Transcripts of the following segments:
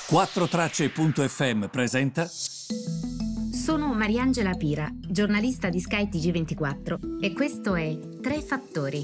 4Tracce.fm presenta. Sono Mariangela Pira, giornalista di Sky TG24 e questo è Tre Fattori.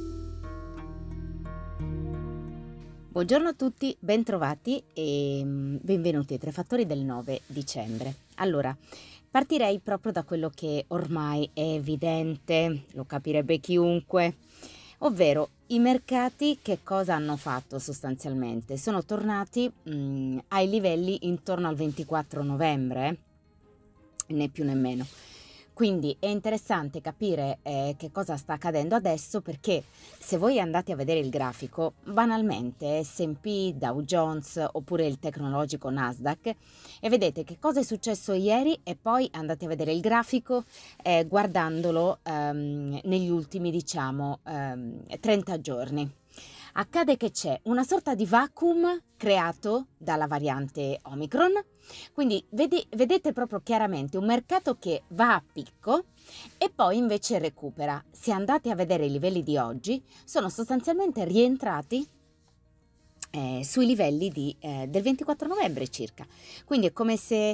Buongiorno a tutti, bentrovati e benvenuti ai Tre Fattori del 9 dicembre. Allora, partirei proprio da quello che ormai è evidente, lo capirebbe chiunque, ovvero i mercati che cosa hanno fatto sostanzialmente? Sono tornati ai livelli intorno al 24 novembre, né più né meno. Quindi è interessante capire che cosa sta accadendo adesso, perché se voi andate a vedere il grafico, banalmente S&P, Dow Jones oppure il tecnologico Nasdaq, e vedete che cosa è successo ieri e poi andate a vedere il grafico guardandolo negli ultimi 30 giorni. Accade che c'è una sorta di vacuum creato dalla variante Omicron, quindi vedete proprio chiaramente un mercato che va a picco e poi invece recupera. Se andate a vedere i livelli di oggi, sono sostanzialmente rientrati sui livelli del 24 novembre circa. Quindi è come se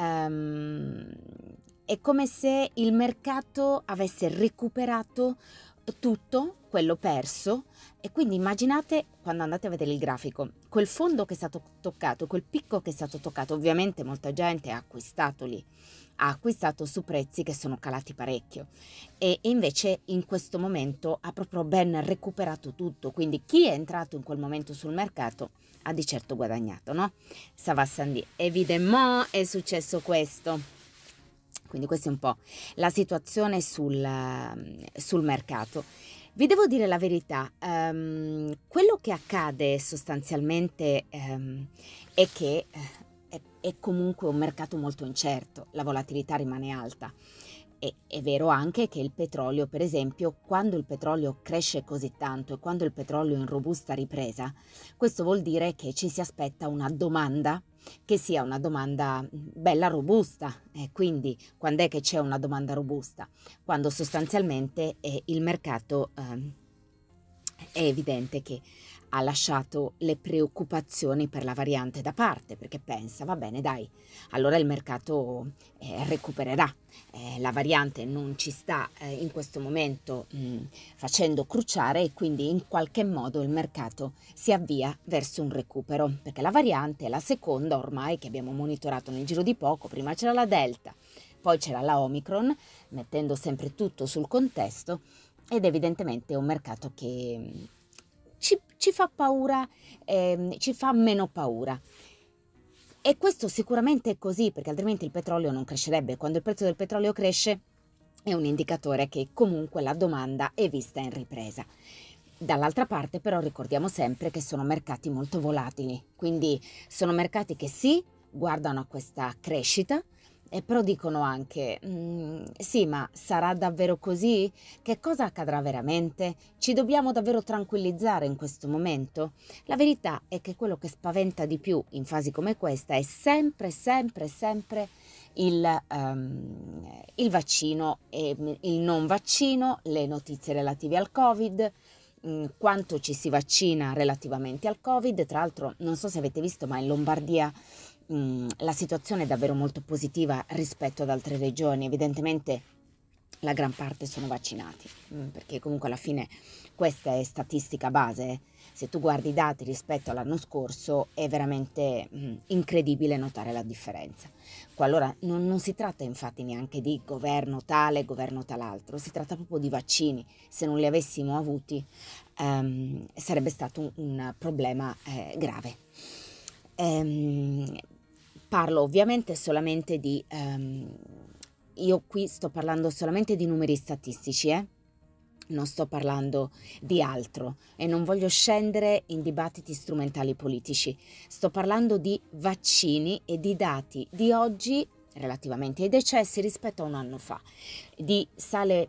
il mercato avesse recuperato tutto quello perso, e quindi immaginate, quando andate a vedere il grafico, quel fondo che è stato toccato, quel picco che è stato toccato. Ovviamente molta gente ha acquistato lì, ha acquistato su prezzi che sono calati parecchio e invece in questo momento ha proprio ben recuperato tutto, quindi chi è entrato in quel momento sul mercato ha di certo guadagnato, no? Savassandì, evidemment è successo questo. Quindi questa è un po' la situazione sul mercato. Vi devo dire la verità, quello che accade sostanzialmente è che è comunque un mercato molto incerto, la volatilità rimane alta. È vero anche che il petrolio, per esempio, quando il petrolio cresce così tanto e quando il petrolio è in robusta ripresa, questo vuol dire che ci si aspetta una domanda che sia una domanda bella robusta. Quindi quando è che c'è una domanda robusta? Quando sostanzialmente il mercato è evidente che ha lasciato le preoccupazioni per la variante da parte, perché pensa, va bene dai, allora il mercato recupererà, la variante non ci sta in questo momento facendo cruciare, e quindi in qualche modo il mercato si avvia verso un recupero, perché la variante è la seconda ormai che abbiamo monitorato nel giro di poco. Prima c'era la Delta, poi c'era la Omicron, mettendo sempre tutto sul contesto, ed evidentemente è un mercato che ci fa paura, ci fa meno paura. E questo sicuramente è così, perché altrimenti il petrolio non crescerebbe. Quando il prezzo del petrolio cresce è un indicatore che comunque la domanda è vista in ripresa. Dall'altra parte però ricordiamo sempre che sono mercati molto volatili, quindi sono mercati che sì, guardano a questa crescita, e però dicono anche, sì, ma sarà davvero così? Che cosa accadrà veramente? Ci dobbiamo davvero tranquillizzare in questo momento? La verità è che quello che spaventa di più in fasi come questa è sempre il vaccino e il non vaccino, le notizie relative al Covid, quanto ci si vaccina relativamente al Covid. Tra l'altro non so se avete visto, ma in Lombardia la situazione è davvero molto positiva rispetto ad altre regioni. Evidentemente la gran parte sono vaccinati, perché comunque alla fine questa è statistica base. Se tu guardi i dati rispetto all'anno scorso è veramente incredibile notare la differenza. Qua allora non si tratta infatti neanche di governo tale, governo tal'altro, si tratta proprio di vaccini. Se non li avessimo avuti sarebbe stato un problema grave. Parlo ovviamente solamente io qui sto parlando solamente di numeri statistici, non sto parlando di altro e non voglio scendere in dibattiti strumentali politici. Sto parlando di vaccini e di dati di oggi relativamente ai decessi rispetto a un anno fa, di sale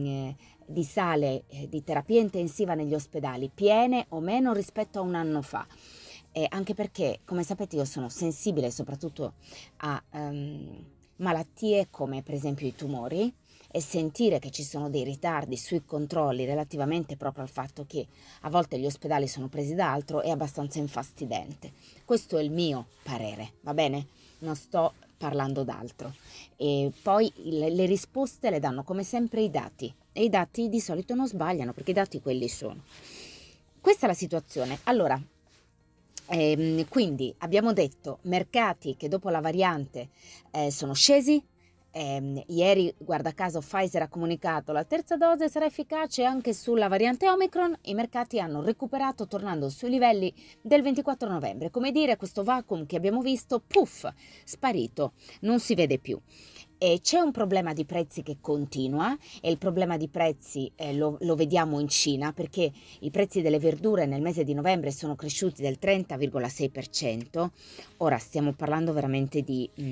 di terapia intensiva negli ospedali piene o meno rispetto a un anno fa. Anche perché, come sapete, io sono sensibile soprattutto a malattie come per esempio i tumori, e sentire che ci sono dei ritardi sui controlli relativamente proprio al fatto che a volte gli ospedali sono presi da altro è abbastanza infastidente. Questo è il mio parere, va bene? Non sto parlando d'altro. E poi le risposte le danno come sempre i dati, e i dati di solito non sbagliano perché i dati quelli sono. Questa è la situazione. Allora, quindi abbiamo detto mercati che dopo la variante sono scesi. Ieri, guarda caso, Pfizer ha comunicato la terza dose sarà efficace anche sulla variante Omicron. I mercati hanno recuperato tornando sui livelli del 24 novembre. Come dire, questo vacuum che abbiamo visto, puff, sparito, non si vede più. E c'è un problema di prezzi che continua, e il problema di prezzi lo vediamo in Cina, perché i prezzi delle verdure nel mese di novembre sono cresciuti del 30,6%. Ora stiamo parlando veramente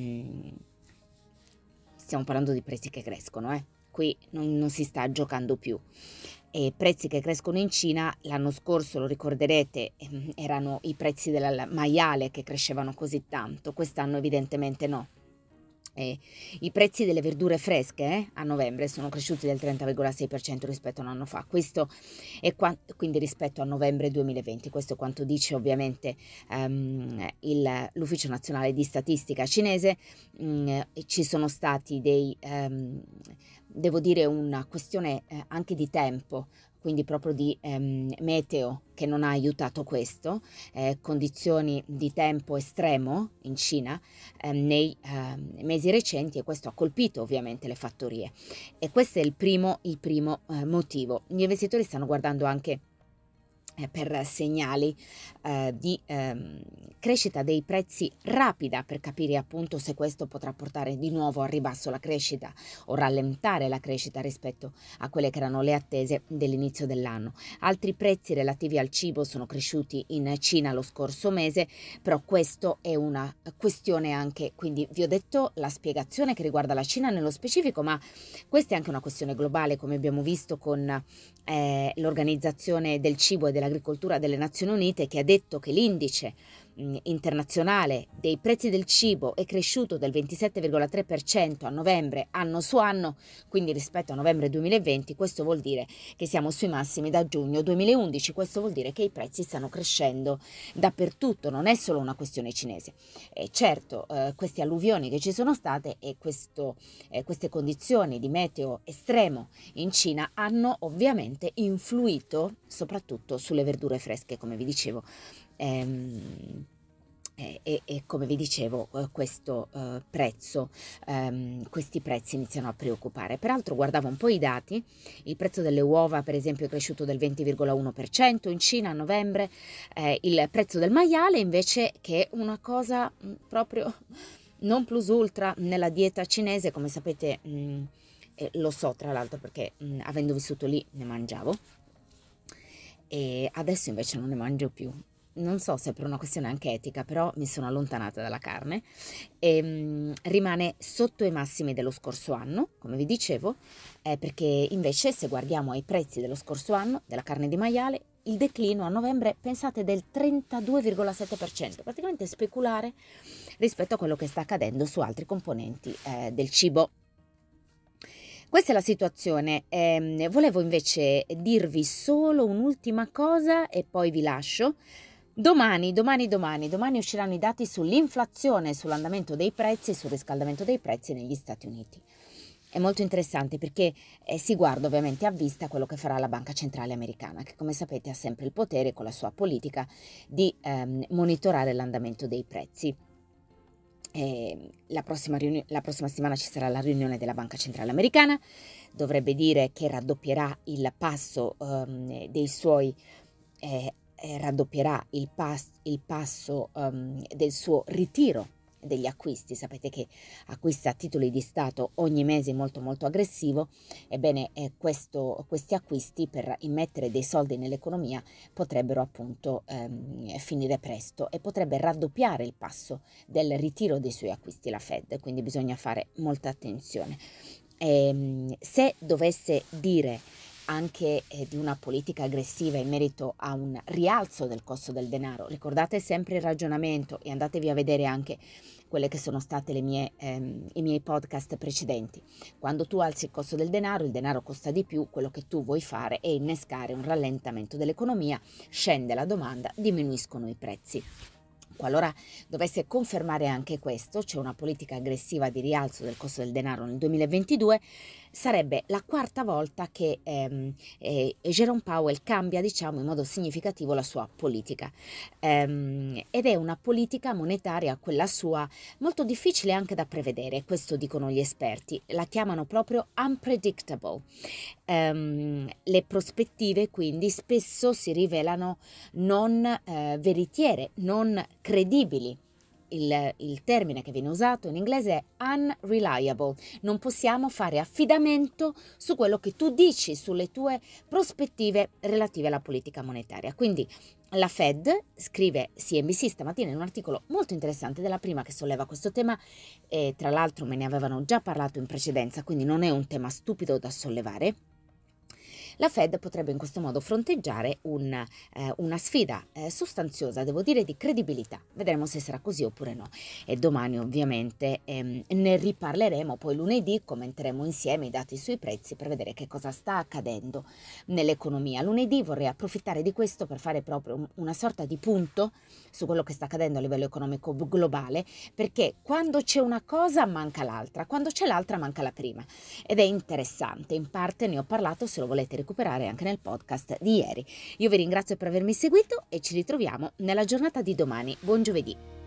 stiamo parlando di prezzi che crescono, qui non si sta giocando più. E prezzi che crescono in Cina, l'anno scorso, lo ricorderete, erano i prezzi del maiale che crescevano così tanto, quest'anno evidentemente no. I prezzi delle verdure fresche a novembre sono cresciuti del 30,6% rispetto a un anno fa, questo è quindi rispetto a novembre 2020, questo è quanto dice ovviamente l'Ufficio Nazionale di Statistica cinese. Ci sono stati devo dire, una questione anche di tempo, quindi proprio di meteo, che non ha aiutato questo, condizioni di tempo estremo in Cina nei mesi recenti, e questo ha colpito ovviamente le fattorie, e questo è il primo motivo. Gli investitori stanno guardando anche per segnali di crescita dei prezzi rapida, per capire appunto se questo potrà portare di nuovo al ribasso la crescita o rallentare la crescita rispetto a quelle che erano le attese dell'inizio dell'anno. Altri prezzi relativi al cibo sono cresciuti in Cina lo scorso mese, però questo è una questione anche, quindi vi ho detto la spiegazione che riguarda la Cina nello specifico, ma questa è anche una questione globale, come abbiamo visto con l'Organizzazione del Cibo e dell'Agricoltura delle Nazioni Unite, che ha detto che l'indice internazionale dei prezzi del cibo è cresciuto del 27,3% a novembre anno su anno, quindi rispetto a novembre 2020. Questo vuol dire che siamo sui massimi da giugno 2011, questo vuol dire che i prezzi stanno crescendo dappertutto, non è solo una questione cinese. Certo, queste alluvioni che ci sono state e queste condizioni di meteo estremo in Cina hanno ovviamente influito soprattutto sulle verdure fresche, come vi dicevo. E come vi dicevo, questi prezzi iniziano a preoccupare. Peraltro guardavo un po' i dati, il prezzo delle uova per esempio è cresciuto del 20,1% in Cina a novembre, il prezzo del maiale invece, che è una cosa proprio non plus ultra nella dieta cinese, come sapete, lo so tra l'altro perché avendo vissuto lì ne mangiavo, e adesso invece non ne mangio più. Non so se per una questione anche etica, però mi sono allontanata dalla carne e rimane sotto i massimi dello scorso anno, come vi dicevo, perché invece se guardiamo ai prezzi dello scorso anno della carne di maiale, il declino a novembre, pensate, del 32,7%, praticamente speculare rispetto a quello che sta accadendo su altri componenti del cibo. Questa è la situazione. Volevo invece dirvi solo un'ultima cosa e poi vi lascio. Domani usciranno i dati sull'inflazione, sull'andamento dei prezzi, sul riscaldamento dei prezzi negli Stati Uniti. È molto interessante perché si guarda ovviamente a vista quello che farà la Banca Centrale Americana, che come sapete ha sempre il potere con la sua politica di monitorare l'andamento dei prezzi. La prossima settimana ci sarà la riunione della Banca Centrale Americana, dovrebbe dire che raddoppierà il passo dei suoi raddopierà il passo del suo ritiro degli acquisti. Sapete che acquista titoli di Stato ogni mese molto molto aggressivo. Ebbene, questi acquisti, per immettere dei soldi nell'economia, potrebbero appunto finire presto, e potrebbe raddoppiare il passo del ritiro dei suoi acquisti la Fed, quindi bisogna fare molta attenzione. Se dovesse dire anche di una politica aggressiva in merito a un rialzo del costo del denaro. Ricordate sempre il ragionamento e andatevi a vedere anche quelle che sono state i miei podcast precedenti. Quando tu alzi il costo del denaro, il denaro costa di più, quello che tu vuoi fare è innescare un rallentamento dell'economia, scende la domanda, diminuiscono i prezzi. Qualora dovesse confermare anche questo, c'è una politica aggressiva di rialzo del costo del denaro nel 2022, sarebbe la quarta volta che Jerome Powell cambia, diciamo, in modo significativo la sua politica. Ed è una politica monetaria, quella sua, molto difficile anche da prevedere, questo dicono gli esperti, la chiamano proprio unpredictable. Le prospettive quindi spesso si rivelano non veritiere, non credibili. Il termine che viene usato in inglese è unreliable, non possiamo fare affidamento su quello che tu dici, sulle tue prospettive relative alla politica monetaria. Quindi la Fed, scrive CNBC stamattina in un articolo molto interessante, della prima che solleva questo tema, e tra l'altro me ne avevano già parlato in precedenza, quindi non è un tema stupido da sollevare. La Fed potrebbe in questo modo fronteggiare una sfida sostanziosa, devo dire, di credibilità. Vedremo se sarà così oppure no. E domani ovviamente ne riparleremo, poi lunedì commenteremo insieme i dati sui prezzi per vedere che cosa sta accadendo nell'economia. Lunedì vorrei approfittare di questo per fare proprio una sorta di punto su quello che sta accadendo a livello economico globale, perché quando c'è una cosa manca l'altra, quando c'è l'altra manca la prima. Ed è interessante, in parte ne ho parlato, se lo volete recuperare anche nel podcast di ieri. Io vi ringrazio per avermi seguito e ci ritroviamo nella giornata di domani. Buon giovedì!